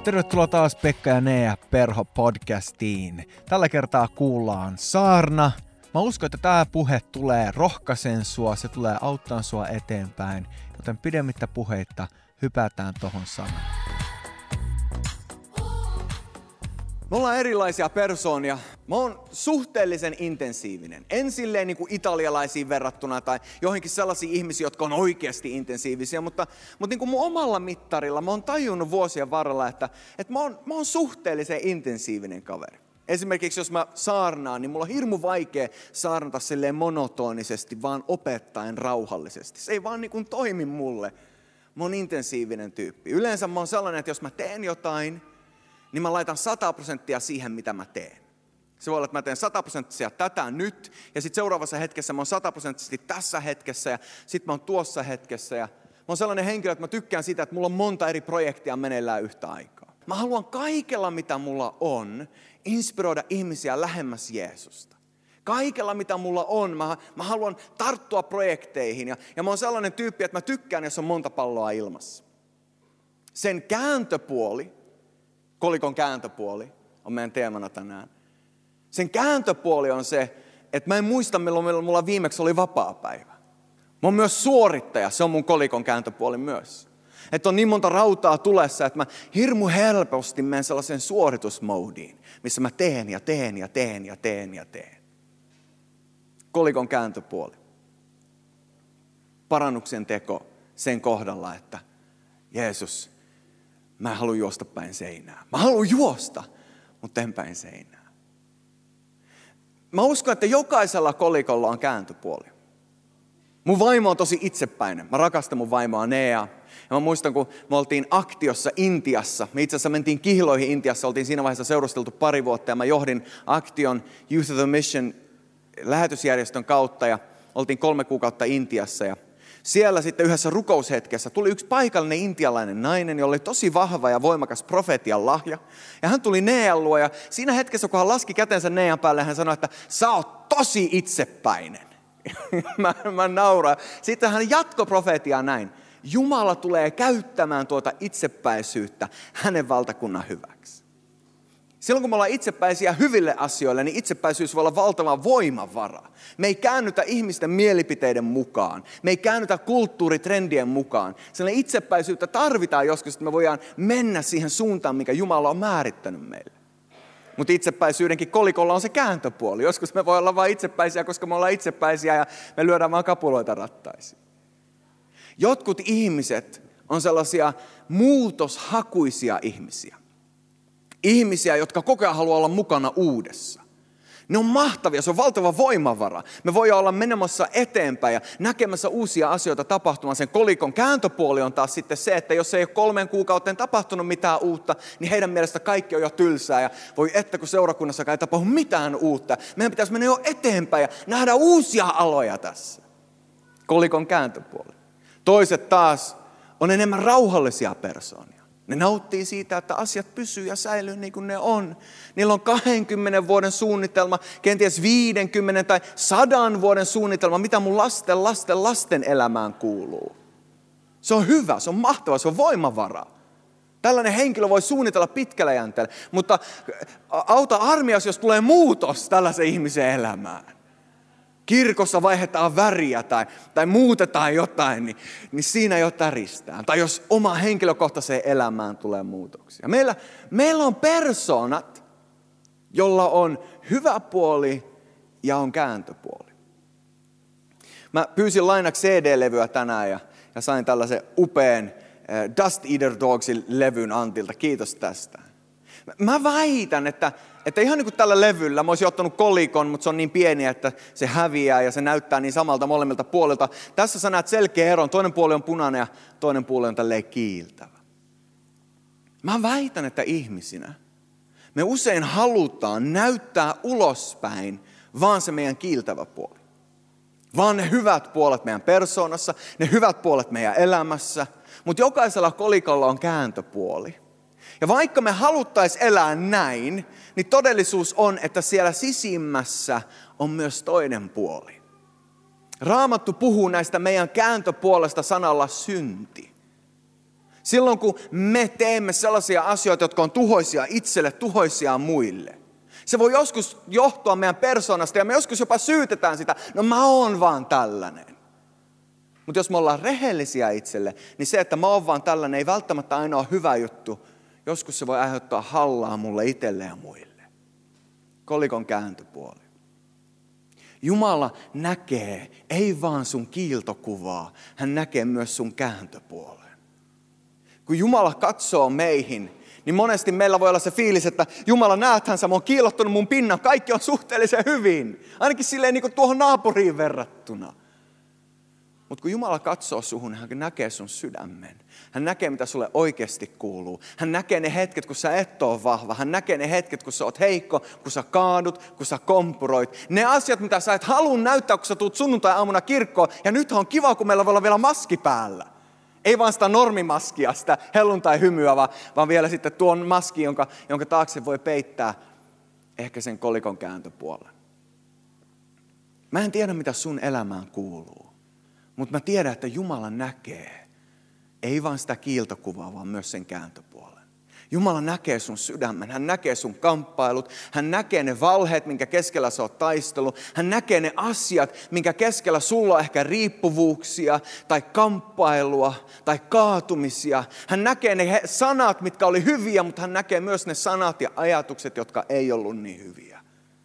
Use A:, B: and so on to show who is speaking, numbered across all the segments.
A: Tervetuloa taas Pekka ja Nea Perho podcastiin. Tällä kertaa kuullaan saarna. Mä uskon, että tää puhe tulee rohkaisen sua, se tulee auttaa sua eteenpäin, joten pidemmittä puheitta hypätään tohon sanaan.
B: Me ollaan erilaisia persoonia. Mä oon suhteellisen intensiivinen. En silleen niin kuin italialaisiin verrattuna tai johonkin sellaisiin ihmisiin, jotka on oikeasti intensiivisiä, mutta niin kuin mun omalla mittarilla mä oon tajunnut vuosien varrella, että mä oon suhteellisen intensiivinen kaveri. Esimerkiksi jos mä saarnaan, niin mulla on hirmu vaikea saarnata silleen monotonisesti, vaan opettaen rauhallisesti. Se ei vaan niin kuin toimi mulle. Mä oon intensiivinen tyyppi. Yleensä mä oon sellainen, että jos mä teen jotain, niin mä laitan 100% siihen, mitä mä teen. Se voi olla, että mä teen 100% tätä nyt, ja sitten seuraavassa hetkessä mä oon 100% tässä hetkessä, ja sitten mä oon tuossa hetkessä. Ja mä oon sellainen henkilö, että mä tykkään sitä, että mulla on monta eri projektia meneillään yhtä aikaa. Mä haluan kaikella, mitä mulla on, inspiroida ihmisiä lähemmäs Jeesusta. Kaikella, mitä mulla on, mä haluan tarttua projekteihin, ja mä oon sellainen tyyppi, että mä tykkään, jos on monta palloa ilmassa. Sen kääntöpuoli, kolikon kääntöpuoli on meidän teemana tänään. Sen kääntöpuoli on se, että mä en muista, milloin mulla viimeksi oli vapaapäivä. Mä oon myös suorittaja, se on mun kolikon kääntöpuoli myös. Että on niin monta rautaa tulessa, että mä hirmu helposti menen sellaisen suoritusmoodiin, missä mä teen. Kolikon kääntöpuoli. Parannuksen teko sen kohdalla, että Jeesus, mä en halua juosta päin seinää. Mä haluan juosta, mutta en päin seinää. Mä uskon, että jokaisella kolikolla on kääntöpuoli. Mun vaimo on tosi itsepäinen. Mä rakastan mun vaimoa Neaa. Ja mä muistan, kun me oltiin aktiossa Intiassa. Me itse asiassa mentiin kihloihin Intiassa. Oltiin siinä vaiheessa seurusteltu 2 vuotta. Ja mä johdin aktion Youth of the Mission lähetysjärjestön kautta. Ja oltiin 3 kuukautta Intiassa. Ja siellä sitten yhdessä rukoushetkessä tuli yksi paikallinen intialainen nainen, jolla oli tosi vahva ja voimakas profetian lahja. Ja hän tuli Nean luo, ja siinä hetkessä, kun hän laski kätensä Nean päälle, hän sanoi, että sä oot tosi itsepäinen. mä nauran. Sitten hän jatkoi profetiaa näin. Jumala tulee käyttämään tuota itsepäisyyttä hänen valtakunnan hyväksi. Silloin kun me ollaan itsepäisiä hyville asioille, niin itsepäisyys voi olla valtava voimavara. Me ei käännytä ihmisten mielipiteiden mukaan. Me ei käännytä kulttuuritrendien mukaan. Sellainen itsepäisyyttä tarvitaan joskus, että me voidaan mennä siihen suuntaan, mikä Jumala on määrittänyt meille. Mutta itsepäisyydenkin kolikolla on se kääntöpuoli. Joskus me voi olla vain itsepäisiä, koska me ollaan itsepäisiä ja me lyödään vaan kapuloita rattaisiin. Jotkut ihmiset on sellaisia muutoshakuisia ihmisiä. Ihmisiä, jotka koko ajan haluaa olla mukana uudessa. Ne on mahtavia, se on valtava voimavara. Me voidaan olla menemässä eteenpäin ja näkemässä uusia asioita tapahtumaan. Sen kolikon kääntöpuoli on taas sitten se, että jos ei ole 3 kuukauteen tapahtunut mitään uutta, niin heidän mielestä kaikki on jo tylsää. Ja voi että kun seurakunnassakaan ei tapahdu mitään uutta. Meidän pitäisi mennä jo eteenpäin ja nähdä uusia aloja tässä. Kolikon kääntöpuoli. Toiset taas on enemmän rauhallisia persoonia. Ne nauttii siitä, että asiat pysyy ja säilyy niin kuin ne on. Niillä on 20 vuoden suunnitelma, kenties 50 tai 100 vuoden suunnitelma, mitä mun lasten elämään kuuluu. Se on hyvä, se on mahtava, se on voimavara. Tällainen henkilö voi suunnitella pitkällä jänteellä, mutta auta armias, jos tulee muutos tällaisen ihmisen elämään. Kirkossa vaihdetaan väriä tai muutetaan jotain, niin siinä jo täristään. Tai jos oma henkilökohtaiseen elämään tulee muutoksia. Meillä on persoonat, jolla on hyvä puoli ja on kääntöpuoli. Mä pyysin lainaksi CD-levyä tänään ja sain tällaisen upean Dust Eater Dogsin levyn Antilta. Kiitos tästä. Mä väitän, että ihan niin kuin tällä levyllä mä olisin ottanut kolikon, mutta se on niin pieni, että se häviää ja se näyttää niin samalta molemmilta puolilta. Tässä sä näet selkeä eron. Toinen puoli on punainen ja toinen puoli on tälleen kiiltävä. Mä väitän, että ihmisinä me usein halutaan näyttää ulospäin vaan se meidän kiiltävä puoli. Vaan ne hyvät puolet meidän persoonassa, ne hyvät puolet meidän elämässä. Mutta jokaisella kolikolla on kääntöpuoli. Ja vaikka me haluttaisiin elää näin, niin todellisuus on, että siellä sisimmässä on myös toinen puoli. Raamattu puhuu näistä meidän kääntöpuolesta sanalla synti. Silloin kun me teemme sellaisia asioita, jotka on tuhoisia itselle, tuhoisia muille. Se voi joskus johtua meidän persoonasta ja me joskus jopa syytetään sitä, no mä oon vaan tällainen. Mutta jos me ollaan rehellisiä itselle, niin se, että mä oon vaan tällainen, ei välttämättä aina ole hyvä juttu. Joskus se voi aiheuttaa hallaa mulle itselle ja muille. Kolikon kääntöpuoli. Jumala näkee, ei vaan sun kiiltokuvaa, hän näkee myös sun kääntöpuolen. Kun Jumala katsoo meihin, niin monesti meillä voi olla se fiilis, että Jumala näethän sä, mä oon kiillottunut mun pinnan, kaikki on suhteellisen hyvin. Ainakin silleen niin kuin tuohon naapuriin verrattuna. Mutta kun Jumala katsoo suhun, hän näkee sun sydämen. Hän näkee, mitä sulle oikeasti kuuluu. Hän näkee ne hetket, kun sä et ole vahva. Hän näkee ne hetket, kun sä oot heikko, kun sä kaadut, kun sä kompuroit. Ne asiat, mitä sä et halua näyttää, kun sä tuut sunnuntai-aamuna kirkkoon. Ja nyt on kiva, kun meillä voi olla vielä maski päällä. Ei vaan sitä normimaskia, sitä helluntai-hymyä, vaan vielä sitten tuon maski, jonka taakse voi peittää ehkä sen kolikon kääntöpuolen. Mä en tiedä, mitä sun elämään kuuluu, mutta mä tiedän, että Jumala näkee, ei vaan sitä kiiltokuvaa, vaan myös sen kääntöpuolen. Jumala näkee sun sydämen, hän näkee sun kamppailut, hän näkee ne valheet, minkä keskellä sä oot taistellut. Hän näkee ne asiat, minkä keskellä sulla on ehkä riippuvuuksia tai kamppailua tai kaatumisia. Hän näkee ne sanat, mitkä oli hyviä, mutta hän näkee myös ne sanat ja ajatukset, jotka ei ollut niin hyviä.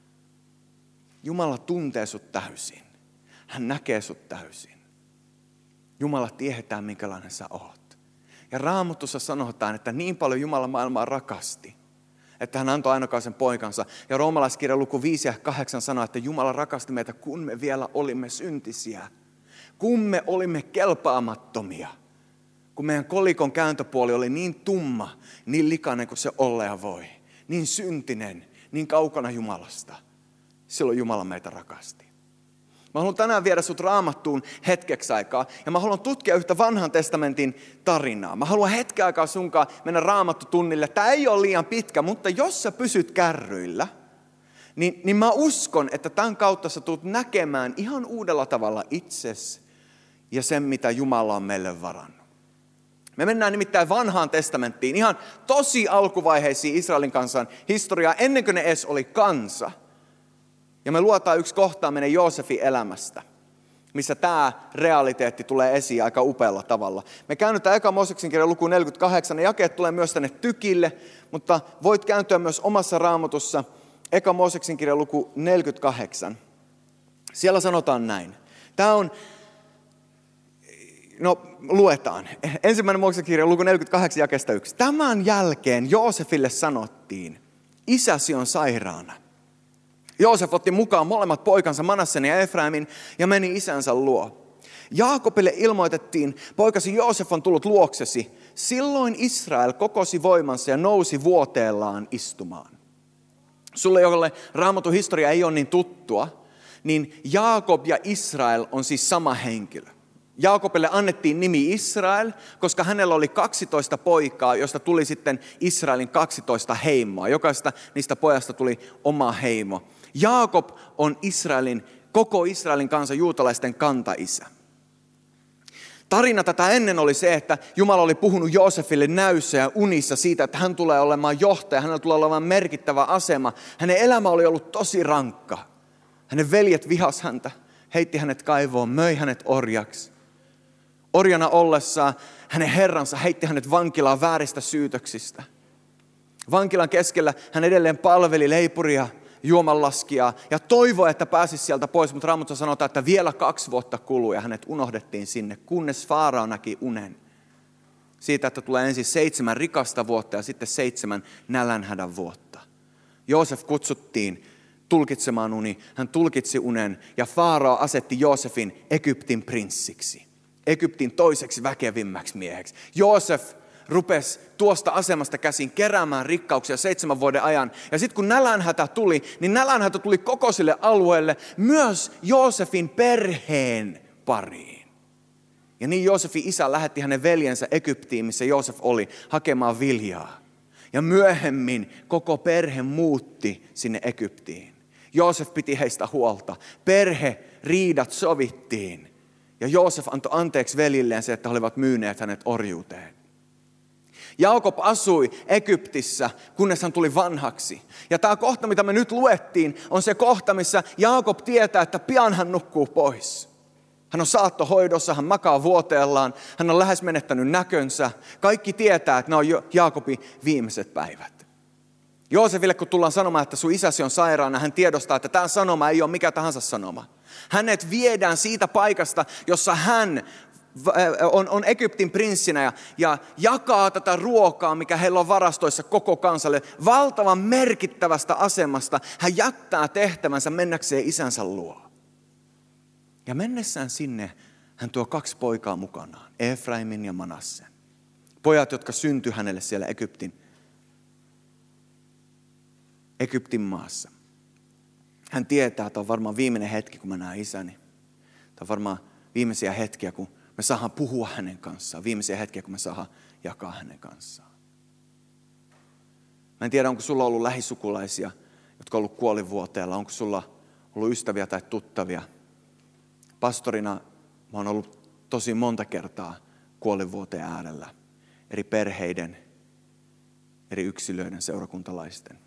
B: Jumala tuntee sut täysin. Hän näkee sut täysin. Jumala tietää, minkälainen sä oot. Ja Raamatussa sanotaan, että niin paljon Jumala maailmaa rakasti, että hän antoi ainokaisen poikansa. Ja Roomalaiskirjan luku 5 ja 8 sanoo, että Jumala rakasti meitä, kun me vielä olimme syntisiä. Kun me olimme kelpaamattomia. Kun meidän kolikon kääntöpuoli oli niin tumma, niin likainen kuin se olla voi. Niin syntinen, niin kaukana Jumalasta. Silloin Jumala meitä rakasti. Mä haluan tänään viedä sut Raamattuun hetkeksi aikaa ja mä haluan tutkia yhtä vanhan testamentin tarinaa. Mä haluan hetken aikaa sunkaan mennä Raamattutunnille. Tää ei ole liian pitkä, mutta jos sä pysyt kärryillä, niin mä uskon, että tämän kautta sä tulet näkemään ihan uudella tavalla itsesi ja sen, mitä Jumala on meille varannut. Me mennään nimittäin vanhaan testamenttiin, ihan tosi alkuvaiheisiin Israelin kansan historiaa, ennen kuin ne edes oli kansa. Ja me luotaan yksi kohtaaminen Joosefin elämästä, missä tämä realiteetti tulee esiin aika upealla tavalla. Me käännytään eka Mooseksen kirjan luku 48, ne jakeet tulee myös tänne tykille, mutta voit kääntyä myös omassa Raamatussa, eka Mooseksen kirjan luku 48. Siellä sanotaan näin. Tämä on, luetaan. Ensimmäinen Mooseksen kirjan luku 48 jakeesta 1. Tämän jälkeen Joosefille sanottiin, isäsi on sairaana. Joosef otti mukaan molemmat poikansa Manassen ja Efraimin ja meni isänsä luo. Jaakobille ilmoitettiin, poikasi Joosef on tullut luoksesi. Silloin Israel kokosi voimansa ja nousi vuoteellaan istumaan. Sulle, jolle Raamatun historia ei ole niin tuttua, niin Jaakob ja Israel on siis sama henkilö. Jaakobille annettiin nimi Israel, koska hänellä oli 12 poikaa, josta tuli sitten Israelin 12 heimoa. Jokaista niistä pojasta tuli oma heimo. Jaakob on koko Israelin kansan juutalaisten kantaisä. Tarina tätä ennen oli se, että Jumala oli puhunut Joosefille näyssä ja unissa siitä, että hän tulee olemaan johtaja, hänellä tulee olemaan merkittävä asema. Hänen elämä oli ollut tosi rankka. Hänen veljet vihas häntä, heitti hänet kaivoon, möi hänet orjaksi. Orjana ollessaan hänen herransa heitti hänet vankilaan vääristä syytöksistä. Vankilan keskellä hän edelleen palveli leipuria, juomanlaskijaa ja toivoi, että pääsisi sieltä pois. Mutta Raamatussa sanotaan, että vielä 2 vuotta kului ja hänet unohdettiin sinne, kunnes Faarao näki unen. Siitä, että tulee ensin 7 rikasta vuotta ja sitten 7 nälänhädän vuotta. Joosef kutsuttiin tulkitsemaan uni. Hän tulkitsi unen ja Faarao asetti Joosefin Egyptin prinssiksi. Egyptin toiseksi väkevimmäksi mieheksi. Joosef rupesi tuosta asemasta käsin keräämään rikkauksia 7 vuoden ajan. Ja sitten kun nälänhätä tuli, niin nälänhätä tuli koko sille alueelle myös Joosefin perheen pariin. Ja niin Joosefin isä lähetti hänen veljensä Egyptiin, missä Joosef oli, hakemaan viljaa. Ja myöhemmin koko perhe muutti sinne Egyptiin. Joosef piti heistä huolta. Perheriidat sovittiin. Ja Joosef antoi anteeksi veljilleen se, että he olivat myyneet hänet orjuuteen. Jaakob asui Egyptissä, kunnes hän tuli vanhaksi. Ja tämä kohta, mitä me nyt luettiin, on se kohta, missä Jaakob tietää, että pian hän nukkuu pois. Hän on saattohoidossa, hän makaa vuoteellaan, hän on lähes menettänyt näkönsä. Kaikki tietää, että ne on Jaakobin viimeiset päivät. Joosefille, kun tullaan sanomaan, että sun isäsi on sairaana, hän tiedostaa, että tämä sanoma ei ole mikä tahansa sanoma. Hänet viedään siitä paikasta, jossa hän on Egyptin prinssinä ja jakaa tätä ruokaa, mikä heillä on varastoissa koko kansalle. Valtavan merkittävästä asemasta hän jättää tehtävänsä mennäkseen isänsä luo. Ja mennessään sinne hän tuo 2 poikaa mukanaan, Efraimin ja Manassen. Pojat, jotka syntyi hänelle siellä Egyptin maassa. Hän tietää, että on varmaan viimeinen hetki, kun mä näen isäni. Tämä on varmaan viimeisiä hetkiä, kun me saadaan puhua hänen kanssaan. Viimeisiä hetkiä, kun me saadaan jakaa hänen kanssaan. Mä en tiedä, onko sulla ollut lähisukulaisia, jotka on ollut kuolinvuoteella. Onko sulla ollut ystäviä tai tuttavia. Pastorina mä oon ollut tosi monta kertaa kuolinvuoteen äärellä. Eri perheiden, eri yksilöiden, seurakuntalaisten.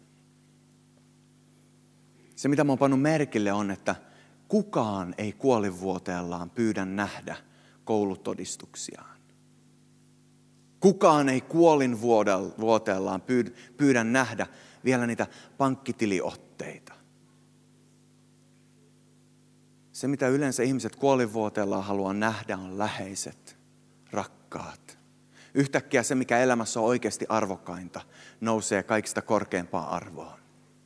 B: Se, mitä mä oon pannut merkille, on, että kukaan ei kuolinvuoteellaan pyydä nähdä koulutodistuksiaan. Kukaan ei kuolinvuoteellaan pyydä nähdä vielä niitä pankkitiliotteita. Se, mitä yleensä ihmiset kuolinvuoteellaan haluaa nähdä, on läheiset, rakkaat. Yhtäkkiä se, mikä elämässä on oikeasti arvokkainta, nousee kaikista korkeimpaan arvoon.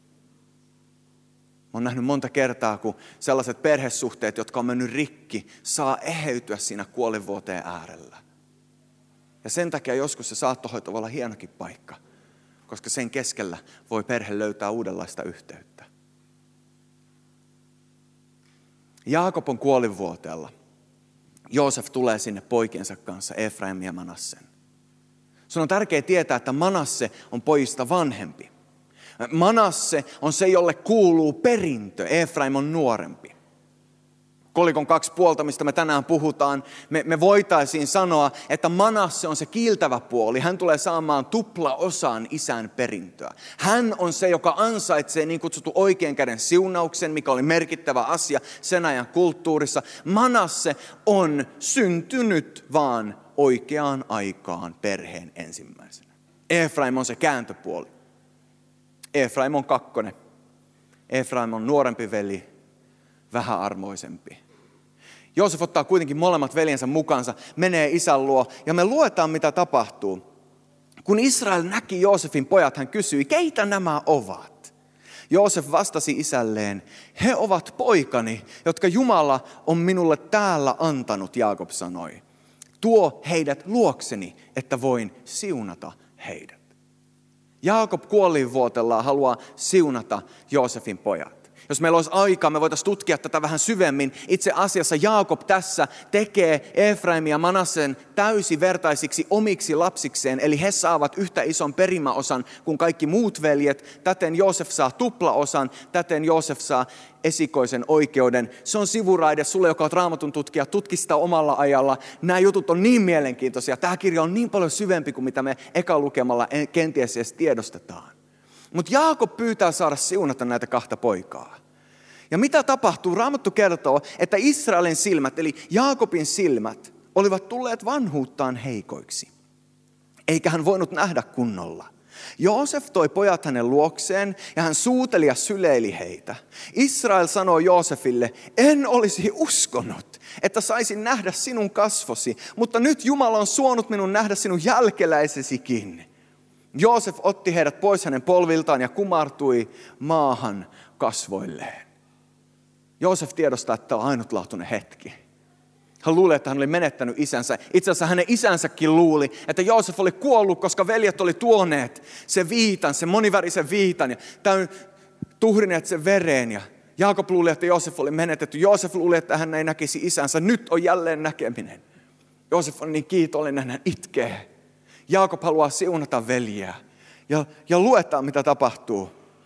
B: Mä oon nähnyt monta kertaa, kun sellaiset perhesuhteet, jotka on mennyt rikki, saa eheytyä siinä kuolinvuoteen äärellä. Ja sen takia joskus se saattohoito voi olla hienokin paikka, koska sen keskellä voi perhe löytää uudenlaista yhteyttä. Jaakob on kuolinvuoteella. Joosef tulee sinne poikiensa kanssa, Efraim ja Manassen. Sun on tärkeää tietää, että Manasse on pojista vanhempi. Manasse on se, jolle kuuluu perintö. Efraim on nuorempi. Kolikon 2 puolta, mistä me tänään puhutaan, me voitaisiin sanoa, että Manasse on se kiiltävä puoli. Hän tulee saamaan tuplaosan isän perintöä. Hän on se, joka ansaitsee niin kutsuttu oikean käden siunauksen, mikä oli merkittävä asia sen ajan kulttuurissa. Manasse on syntynyt vaan oikeaan aikaan perheen ensimmäisenä. Efraim on se kääntöpuoli. Efraim on 2. Efraim on nuorempi veli, vähäarmoisempi. Joosef ottaa kuitenkin molemmat veljensä mukaansa, menee isän luo ja me luetaan mitä tapahtuu. Kun Israel näki Joosefin pojat, hän kysyi, keitä nämä ovat? Joosef vastasi isälleen, he ovat poikani, jotka Jumala on minulle täällä antanut, Jaakob sanoi. Tuo heidät luokseni, että voin siunata heidät. Jaakob kuolinvuotellaan haluaa siunata Joosefin pojat. Jos meillä olisi aikaa, me voitaisiin tutkia tätä vähän syvemmin. Itse asiassa Jaakob tässä tekee Efraimin ja Manassen täysivertaisiksi omiksi lapsikseen. Eli he saavat yhtä ison perimäosan kuin kaikki muut veljet. Täten Joosef saa tuplaosan, täten Joosef saa esikoisen oikeuden. Se on sivuraide sulle, joka on raamatun tutkija, tutki sitä omalla ajalla. Nämä jutut on niin mielenkiintoisia. Tämä kirja on niin paljon syvempi kuin mitä me eka lukemalla kenties edes tiedostetaan. Mutta Jaakob pyytää saada siunata näitä 2 poikaa. Ja mitä tapahtuu? Raamattu kertoo, että Israelin silmät, eli Jaakobin silmät, olivat tulleet vanhuuttaan heikoiksi. Eikä hän voinut nähdä kunnolla. Joosef toi pojat hänen luokseen ja hän suuteli ja syleili heitä. Israel sanoi Joosefille, en olisi uskonut, että saisin nähdä sinun kasvosi, mutta nyt Jumala on suonut minun nähdä sinun jälkeläisesikin. Joosef otti heidät pois hänen polviltaan ja kumartui maahan kasvoilleen. Joosef tiedostaa, että tämä on ainutlaatuinen hetki. Hän luuli, että hän oli menettänyt isänsä. Itse asiassa hänen isänsäkin luuli, että Joosef oli kuollut, koska veljet oli tuoneet sen viitan, sen monivärisen viitan ja tuhrineet sen vereen. Ja Jaakob luuli, että Joosef oli menetetty. Joosef luuli, että hän ei näkisi isänsä. Nyt on jälleen näkeminen. Joosef on niin kiitollinen, hän itkee. Jaakob haluaa siunata veljeä. Ja luetaan, mitä tapahtuu.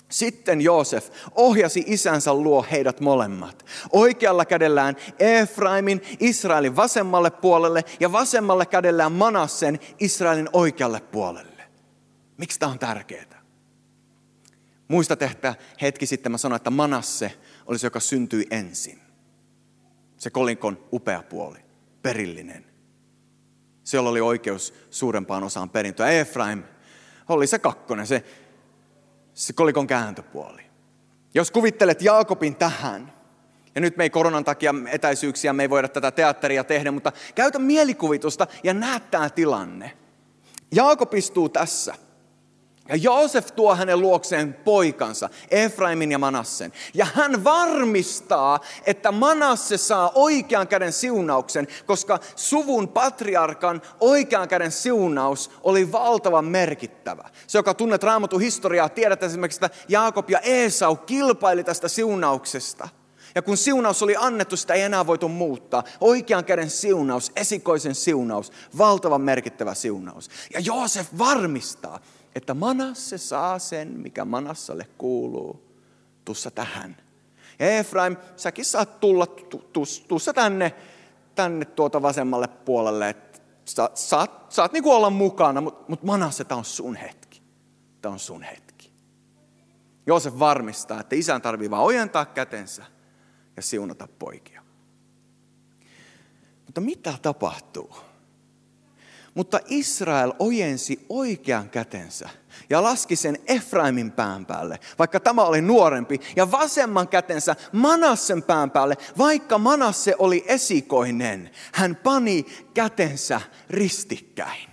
B: Sitten Joosef ohjasi isänsä luo heidät molemmat. Oikealla kädellään Efraimin, Israelin vasemmalle puolelle ja vasemmalla kädellään Manassen, Israelin oikealle puolelle. Miksi tämä on tärkeää? Muistat, että hetki sitten mä sanoin, että Manasse oli se, joka syntyi ensin. Se kolikon upea puoli, perillinen. Se, jolla oli oikeus suurempaan osaan perintöä. Efraim oli se kakkonen, se kolikon kääntöpuoli. Jos kuvittelet Jaakobin tähän, ja nyt me ei koronan takia etäisyyksiä, me ei voida tätä teatteria tehdä, mutta käytä mielikuvitusta ja näet tämä tilanne. Jaakob istuu tässä. Ja Joosef tuo hänen luokseen poikansa, Efraimin ja Manassen. Ja hän varmistaa, että Manasse saa oikean käden siunauksen, koska suvun patriarkan oikean käden siunaus oli valtavan merkittävä. Se, joka tunnet Raamatun historiaa, tiedät esimerkiksi, että Jaakob ja Esau kilpaili tästä siunauksesta. Ja kun siunaus oli annettu, sitä ei enää voitu muuttaa. Oikean käden siunaus, esikoisen siunaus, valtavan merkittävä siunaus. Ja Joosef varmistaa, että Manasse saa sen, mikä Manassalle kuuluu. Tussa tähän. Ja Efraim, säkin saat tulla tussa tänne tuota vasemmalle puolelle. Saat niin kuin olla mukana, mutta Manasse, tämä on sun hetki. Tämä on sun hetki. Joosef varmistaa, että isän tarvii vaan ojentaa kätensä ja siunata poikia. Mutta mitä tapahtuu? Mutta Israel ojensi oikean kätensä ja laski sen Efraimin pään päälle, vaikka tämä oli nuorempi, ja vasemman kätensä Manassen pään päälle, vaikka Manasse oli esikoinen. Hän pani kätensä ristikkäin.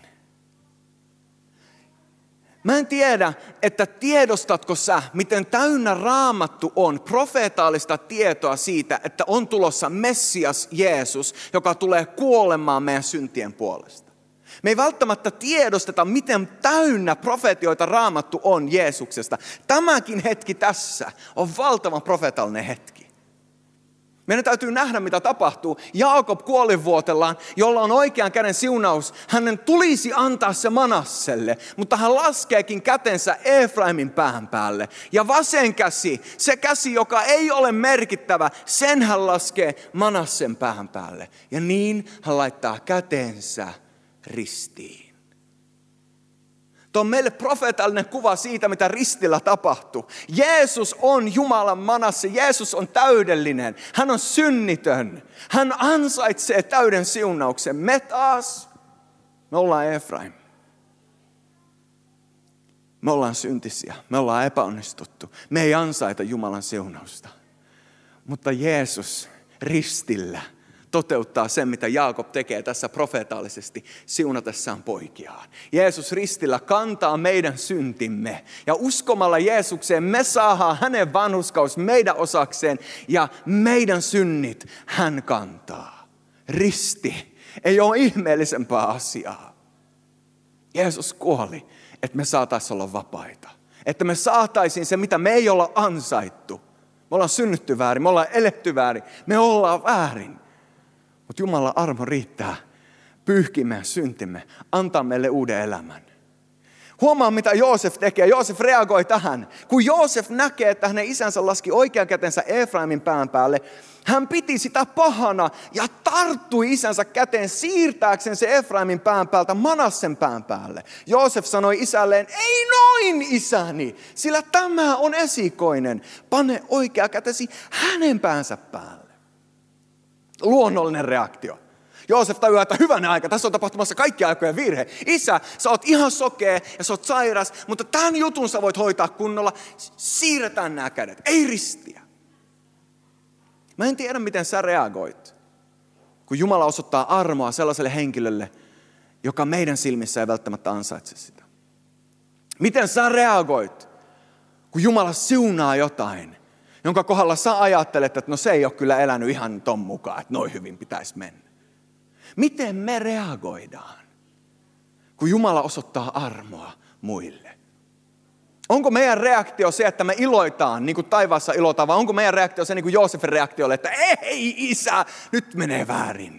B: Mä en tiedä, että tiedostatko sä, miten täynnä Raamattu on profeetaalista tietoa siitä, että on tulossa Messias Jeesus, joka tulee kuolemaan meidän syntien puolesta. Me ei välttämättä tiedosteta, miten täynnä profeetioita Raamattu on Jeesuksesta. Tämäkin hetki tässä on valtavan profeetallinen hetki. Meidän täytyy nähdä, mitä tapahtuu. Jaakob kuolinvuotellaan, jolla on oikean käden siunaus. Hänen tulisi antaa se Manasselle, mutta hän laskeekin kätensä Efraimin pään päälle. Ja vasen käsi, se käsi, joka ei ole merkittävä, sen hän laskee Manassen pään päälle. Ja niin hän laittaa kätensä ristiin. Tuo on meille profeetallinen kuva siitä, mitä ristillä tapahtuu. Jeesus on Jumalan Manasse. Jeesus on täydellinen. Hän on synnitön. Hän ansaitsee täyden siunauksen. Me taas, me ollaan Efraim. Me ollaan syntisiä. Me ollaan epäonnistuttu. Me ei ansaita Jumalan siunausta. Mutta Jeesus ristillä toteuttaa sen, mitä Jaakob tekee tässä profeetallisesti siunatessaan poikiaan. Jeesus ristillä kantaa meidän syntimme. Ja uskomalla Jeesukseen me saadaan hänen vanhurskaus meidän osakseen. Ja meidän synnit hän kantaa. Risti ei ole ihmeellisempää asiaa. Jeesus kuoli, että me saataisiin olla vapaita. Että me saataisiin se, mitä me ei olla ansaittu. Me ollaan synnytty väärin, me ollaan eletty väärin, me ollaan väärin. Mutta Jumalan armo riittää pyyhkimään syntimme, antaa meille uuden elämän. Huomaa, mitä Joosef tekee. Joosef reagoi tähän. Kun Joosef näkee, että hänen isänsä laski oikean kätensä Efraimin pään päälle, hän piti sitä pahana ja tarttui isänsä käteen siirtääkseen se Efraimin pään päältä Manassen pään päälle. Joosef sanoi isälleen, ei noin isäni, sillä tämä on esikoinen. Pane oikea kätesi hänen päänsä päälle. Luonnollinen reaktio. Joosef tajuaa, että hyvänä aika, tässä on tapahtumassa kaikki aikojen virhe. Isä, sä oot ihan sokea ja sä oot sairas, mutta tämän jutun sä voit hoitaa kunnolla. Siirretään nämä kädet, ei ristiä. Mä en tiedä, miten sä reagoit, kun Jumala osoittaa armoa sellaiselle henkilölle, joka meidän silmissä ei välttämättä ansaitse sitä. Miten sä reagoit, kun Jumala siunaa jotain, jonka kohdalla sä ajattelet, että no se ei ole kyllä elänyt ihan ton mukaan, että noin hyvin pitäisi mennä. Miten me reagoidaan, kun Jumala osoittaa armoa muille? Onko meidän reaktio se, että me iloitaan, niin kuin taivaassa ilotaan, vai onko meidän reaktio se, niin kuin Joosefin reaktio oli, että ei isä, nyt menee väärin.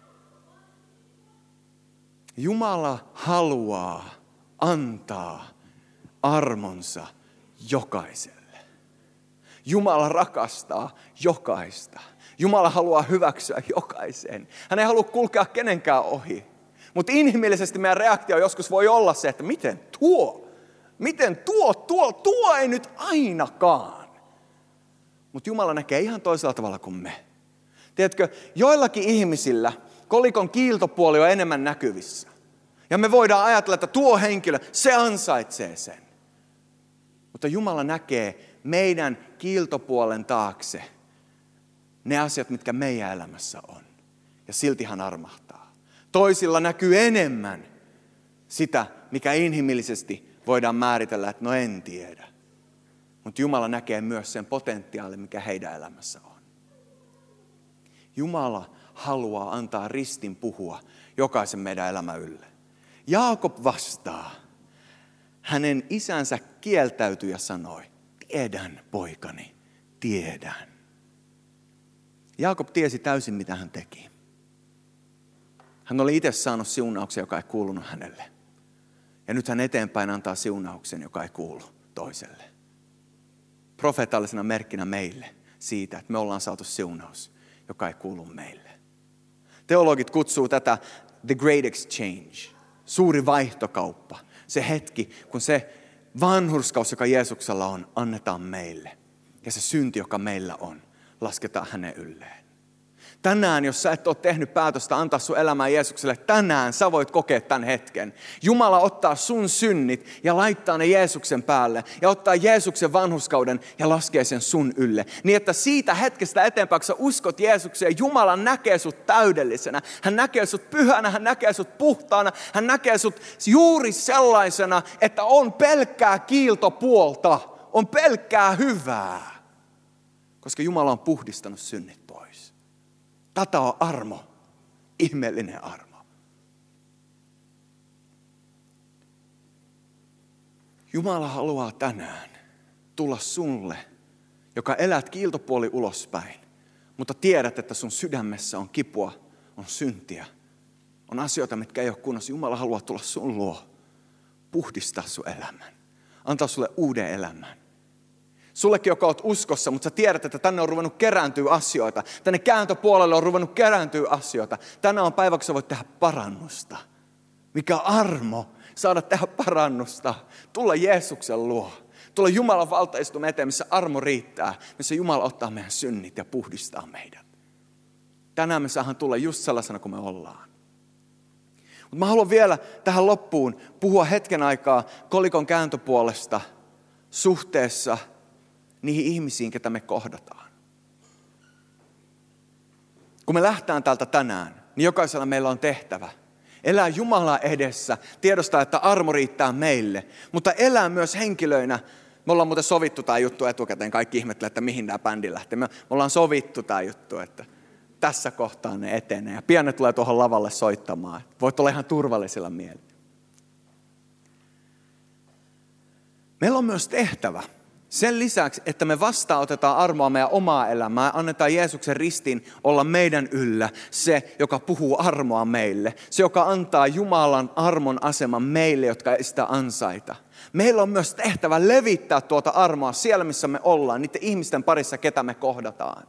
B: Jumala haluaa antaa armonsa jokaiselle. Jumala rakastaa jokaista. Jumala haluaa hyväksyä jokaisen. Hän ei halua kulkea kenenkään ohi. Mutta inhimillisesti meidän reaktio joskus voi olla se, että miten tuo ei nyt ainakaan. Mutta Jumala näkee ihan toisella tavalla kuin me. Tiedätkö, joillakin ihmisillä kolikon kiiltopuoli on enemmän näkyvissä. Ja me voidaan ajatella, että tuo henkilö, se ansaitsee sen. Mutta Jumala näkee meidän kiiltopuolen taakse ne asiat, mitkä meidän elämässä on. Ja silti hän armahtaa. Toisilla näkyy enemmän sitä, mikä inhimillisesti voidaan määritellä, että no en tiedä. Mutta Jumala näkee myös sen potentiaalin, mikä heidän elämässä on. Jumala haluaa antaa ristin puhua jokaisen meidän elämän ylle. Jaakob vastaa. Hänen isänsä kieltäytyi ja sanoi, tiedän poikani, tiedän. Jaakob tiesi täysin, mitä hän teki. Hän oli itse saanut siunauksen, joka ei kuulunut hänelle. Ja nyt hän eteenpäin antaa siunauksen, joka ei kuulu toiselle. Profeetallisena merkkinä meille siitä, että me ollaan saatu siunaus, joka ei kuulu meille. Teologit kutsuu tätä the great exchange, suuri vaihtokauppa. Se hetki, kun se vanhurskaus, joka Jeesuksella on, annetaan meille. Ja se synti, joka meillä on, lasketaan hänen ylleen. Tänään, jos sä et ole tehnyt päätöstä antaa sun elämää Jeesukselle, tänään sä voit kokea tämän hetken. Jumala ottaa sun synnit ja laittaa ne Jeesuksen päälle. Ja ottaa Jeesuksen vanhurskauden ja laskee sen sun ylle. Niin että siitä hetkestä eteenpäin, kun sä uskot Jeesukseen, Jumala näkee sut täydellisenä. Hän näkee sut pyhänä, hän näkee sut puhtaana. Hän näkee sut juuri sellaisena, että on pelkkää kiiltopuolta. On pelkkää hyvää. Koska Jumala on puhdistanut synnit pois. Tätä on armo, ihmeellinen armo. Jumala haluaa tänään tulla sulle, joka elät kiiltopuoli ulospäin, mutta tiedät, että sun sydämessä on kipua, on syntiä, on asioita, mitkä ei ole kunnossa. Jumala haluaa tulla sun luo, puhdistaa sun elämän, antaa sulle uuden elämän. Sullekin, joka olet uskossa, mutta sä tiedät, että tänne on ruvennut kerääntyä asioita. Tänne kääntöpuolelle on ruvennut kerääntyä asioita. Tänään on päivä, kun sä voit tehdä parannusta. Mikä armo saada tehdä parannusta. Tulla Jeesuksen luo. Tulla Jumalan valtaistumme eteen, missä armo riittää. Missä Jumala ottaa meidän synnit ja puhdistaa meidät. Tänään me saadaan tulla just sellaisena kuin me ollaan. Mutta mä haluan vielä tähän loppuun puhua hetken aikaa kolikon kääntöpuolesta suhteessa niihin ihmisiin, ketä me kohdataan. Kun me lähtään täältä tänään, niin jokaisella meillä on tehtävä. Elää Jumalan edessä, tiedostaa, että armo riittää meille, mutta elää myös henkilöinä. Me ollaan muuten sovittu tämä juttu etukäteen, kaikki ihmettelee, että mihin tämä bändi lähtee. Me ollaan sovittu tämä juttu, että tässä kohtaa ne etenee ja pian ne tulee tuohon lavalle soittamaan. Voit olla ihan turvallisilla mielillä. Meillä on myös tehtävä. Sen lisäksi, että me vastaanotetaan armoa meidän omaa elämää, annetaan Jeesuksen ristin olla meidän yllä, se, joka puhuu armoa meille. Se, joka antaa Jumalan armon aseman meille, jotka ei sitä ansaita. Meillä on myös tehtävä levittää tuota armoa siellä, missä me ollaan, niiden ihmisten parissa, ketä me kohdataan.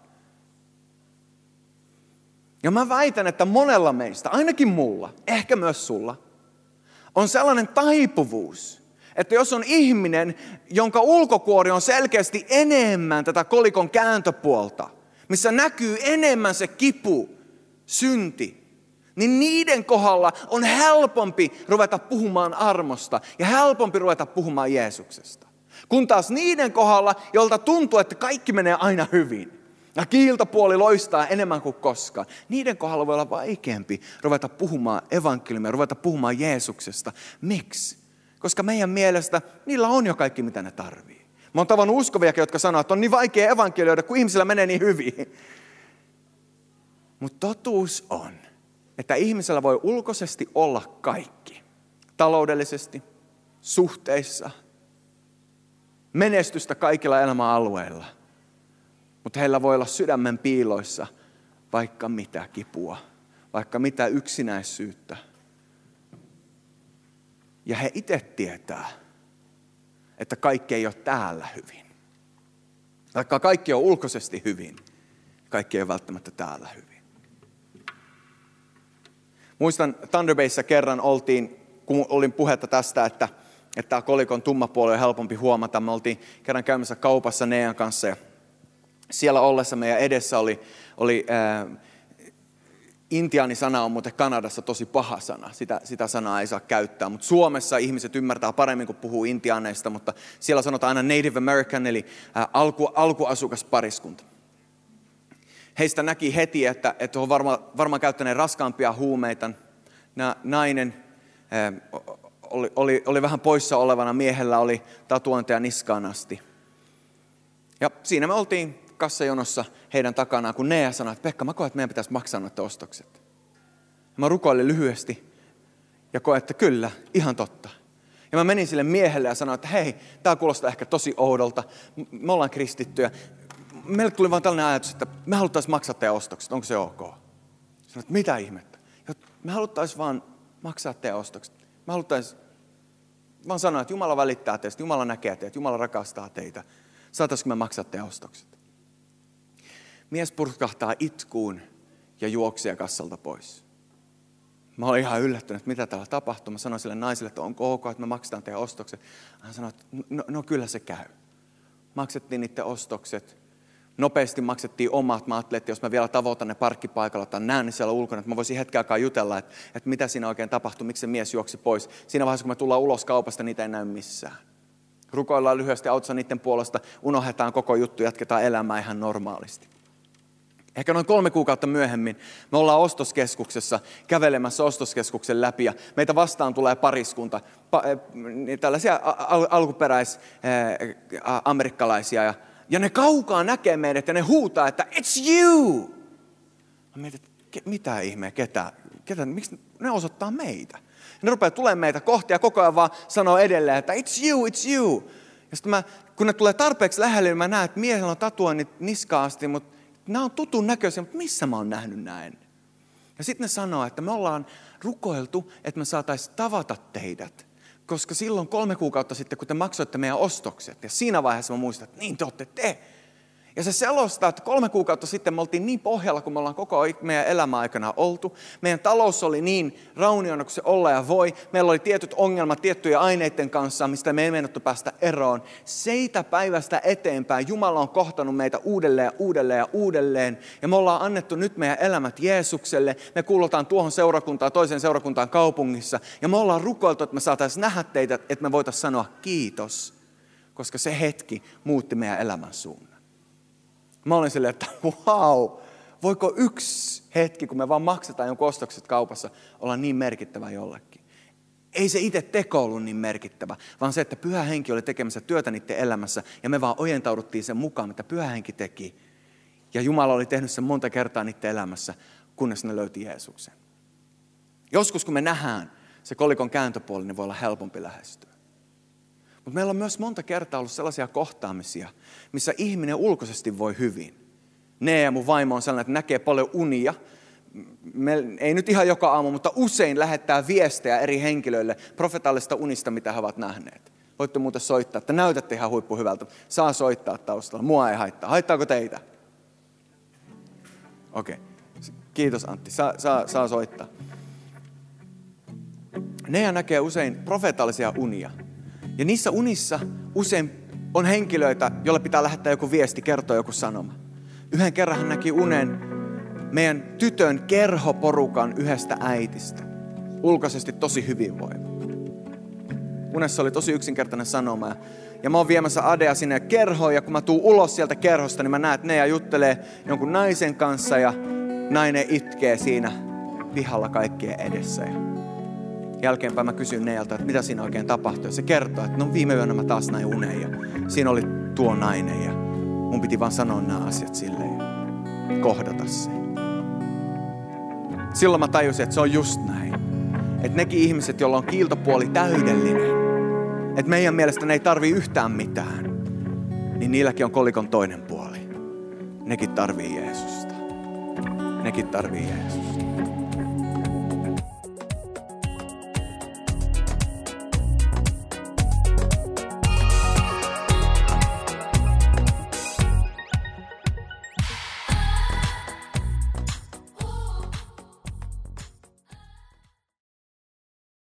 B: Ja mä väitän, että monella meistä, ainakin mulla, ehkä myös sulla, on sellainen taipuvuus, että jos on ihminen, jonka ulkokuori on selkeästi enemmän tätä kolikon kääntöpuolta, missä näkyy enemmän se kipu, synti, niin niiden kohdalla on helpompi ruveta puhumaan armosta ja helpompi ruveta puhumaan Jeesuksesta. Kun taas niiden kohdalla, jolta tuntuu, että kaikki menee aina hyvin ja kiiltopuoli loistaa enemmän kuin koskaan, niiden kohdalla voi olla vaikeampi ruveta puhumaan evankeliumia, ruveta puhumaan Jeesuksesta. Miksi? Koska meidän mielestä niillä on jo kaikki, mitä ne tarvii. Mä oon tavannut uskoviakin, jotka sanoo, että on niin vaikea evankelioida, kun ihmisillä menee niin hyvin. Mutta totuus on, että ihmisellä voi ulkoisesti olla kaikki. Taloudellisesti, suhteissa, menestystä kaikilla elämän alueilla. Mutta heillä voi olla sydämen piiloissa vaikka mitä kipua, vaikka mitä yksinäisyyttä. Ja he itse tietää, että kaikki ei ole täällä hyvin. Vaikka kaikki on ulkoisesti hyvin, kaikki ei ole välttämättä täällä hyvin. Muistan Thunder Bayssä kerran kun olin puhetta tästä, että tämä kolikon tumma puoli on helpompi huomata. Me oltiin kerran käymässä kaupassa Nean kanssa ja siellä ollessa meidän edessä oli intiaanisana on muuten Kanadassa tosi paha sana. Sitä sanaa ei saa käyttää, mutta Suomessa ihmiset ymmärtää paremmin, kun puhuu intiaaneista, mutta siellä sanotaan aina Native American, eli alkuasukaspariskunta. Heistä näki heti, että on varmaan käyttäneet raskaampia huumeita. Nainen oli vähän poissa olevana, miehellä oli tatuointeja niskaan asti. Ja siinä me oltiin kassajonossa heidän takanaan, kun Nea sanoi, että Pekka, mä koen, että meidän pitäisi maksaa noita ostokset. Ja mä rukoilin lyhyesti ja koen, että kyllä, ihan totta. Ja mä menin sille miehelle ja sanoin, että hei, tää kuulostaa ehkä tosi oudolta, me ollaan kristittyjä. Meille tuli vaan tällainen ajatus, että me haluttaisiin maksaa teidän ostokset, onko se ok? Sanoin, että mitä ihmettä? Me haluttaisiin vaan maksaa teidän ostokset. Me haluttaisiin vaan sanoa, että Jumala välittää teistä, Jumala näkee teitä, Jumala rakastaa teitä. Saataisiko me maksaa teidän ostokset? Mies purskahtaa itkuun ja juoksee kassalta pois. Mä olin ihan yllättynyt, että mitä täällä tapahtuu. Mä sanoin sille naiselle, että onko ok, että me maksetaan teidän ostokset. Hän sanoi, että no kyllä se käy. Maksettiin niiden ostokset. Nopeasti maksettiin omat. Mä ajattelin, että jos mä vielä tavoitan ne parkkipaikalla tai näen ne siellä ulkona, että mä voisin hetken aikaa jutella, että mitä siinä oikein tapahtui, miksi se mies juoksi pois. Siinä vaiheessa, kun me tullaan ulos kaupasta, niitä ei näy missään. Rukoillaan lyhyesti, autetaan niiden puolesta, unohdetaan koko juttu, jatketaan elämää ihan normaalisti. Ehkä noin 3 kuukautta myöhemmin me ollaan ostoskeskuksessa, kävelemässä ostoskeskuksen läpi ja meitä vastaan tulee pariskunta, tällaisia alkuperäis-amerikkalaisia ja ne kaukaa näkee meidät ja ne huutaa, että it's you! Mä mietin, että mitä ihmeä, ketä, miksi ne osoittaa meitä? Ja ne rupeaa tulemaan meitä kohti ja koko ajan vaan sanoo edelleen, että it's you, it's you! Ja sitten kun ne tulee tarpeeksi lähelle, niin mä näen, että miehellä on tatuoinnit niskaan asti, mutta nämä on tutun näköisiä, mutta missä mä oon nähnyt näin? Ja sitten ne sanoo, että me ollaan rukoiltu, että me saataisiin tavata teidät. Koska silloin 3 kuukautta sitten, kun te maksoitte meidän ostokset, ja siinä vaiheessa mä muistan, että niin te olette te. Ja se selostaa, että 3 kuukautta sitten me oltiin niin pohjalla, kun me ollaan koko meidän elämäaikana oltu. Meidän talous oli niin rauniona kuin se olla ja voi. Meillä oli tietyt ongelmat tiettyjen aineiden kanssa, mistä me ei meinattu päästä eroon. Seitä päivästä eteenpäin Jumala on kohtanut meitä uudelleen ja uudelleen ja uudelleen. Ja me ollaan annettu nyt meidän elämät Jeesukselle. Me kuulutaan tuohon seurakuntaan, toiseen seurakuntaan kaupungissa. Ja me ollaan rukoiltu, että me saataisiin nähdä teitä, että me voitaisiin sanoa kiitos. Koska se hetki muutti meidän elämän suunnan. Mä olin silleen, että wow, voiko yksi hetki, kun me vaan maksetaan jonkun ostokset kaupassa, olla niin merkittävä jollekin. Ei se itse teko ollut niin merkittävä, vaan se, että Pyhä Henki oli tekemässä työtä niiden elämässä ja me vaan ojentauduttiin sen mukaan, mitä Pyhä Henki teki. Ja Jumala oli tehnyt sen monta kertaa niiden elämässä, kunnes ne löyti Jeesuksen. Joskus kun me nähdään se kolikon kääntöpuoli, niin voi olla helpompi lähestyä. Mutta meillä on myös monta kertaa ollut sellaisia kohtaamisia, missä ihminen ulkoisesti voi hyvin. Ne ja mun vaimo on sellainen, että näkee paljon unia. Ei nyt ihan joka aamu, mutta usein lähettää viestejä eri henkilöille profetaalista unista, mitä he ovat nähneet. Voitte muuten soittaa, että näytätte ihan huippuhyvältä. Saa soittaa taustalla, mua ei haittaa. Haittaako teitä? Okei. Kiitos Antti, saa soittaa. Nea näkee usein profetaalisia unia. Ja niissä unissa usein on henkilöitä, joille pitää lähettää joku viesti, kertoa joku sanoma. Yhden kerran hän näki unen meidän tytön kerhoporukan yhdestä äitistä. Ulkoisesti tosi hyvinvoiva. Unessa oli tosi yksinkertainen sanoma. Ja mä oon viemässä Adea sinne kerhoon ja kun mä tuun ulos sieltä kerhosta, niin mä näen, että Nea juttelee jonkun naisen kanssa ja nainen itkee siinä pihalla kaikkien edessä. Jälkeenpäin mä kysyin Nealta, että mitä siinä oikein tapahtui. Ja se kertoo, että no viime yönä mä taas näin unen ja siinä oli tuo nainen ja mun piti vaan sanoa nämä asiat silleen ja kohdata se. Silloin mä tajusin, että se on just näin. Että nekin ihmiset, joilla on kiiltopuoli täydellinen, että meidän mielestä ne ei tarvii yhtään mitään, niin niilläkin on kolikon toinen puoli. Nekin tarvii Jeesusta. Nekin tarvii Jeesusta.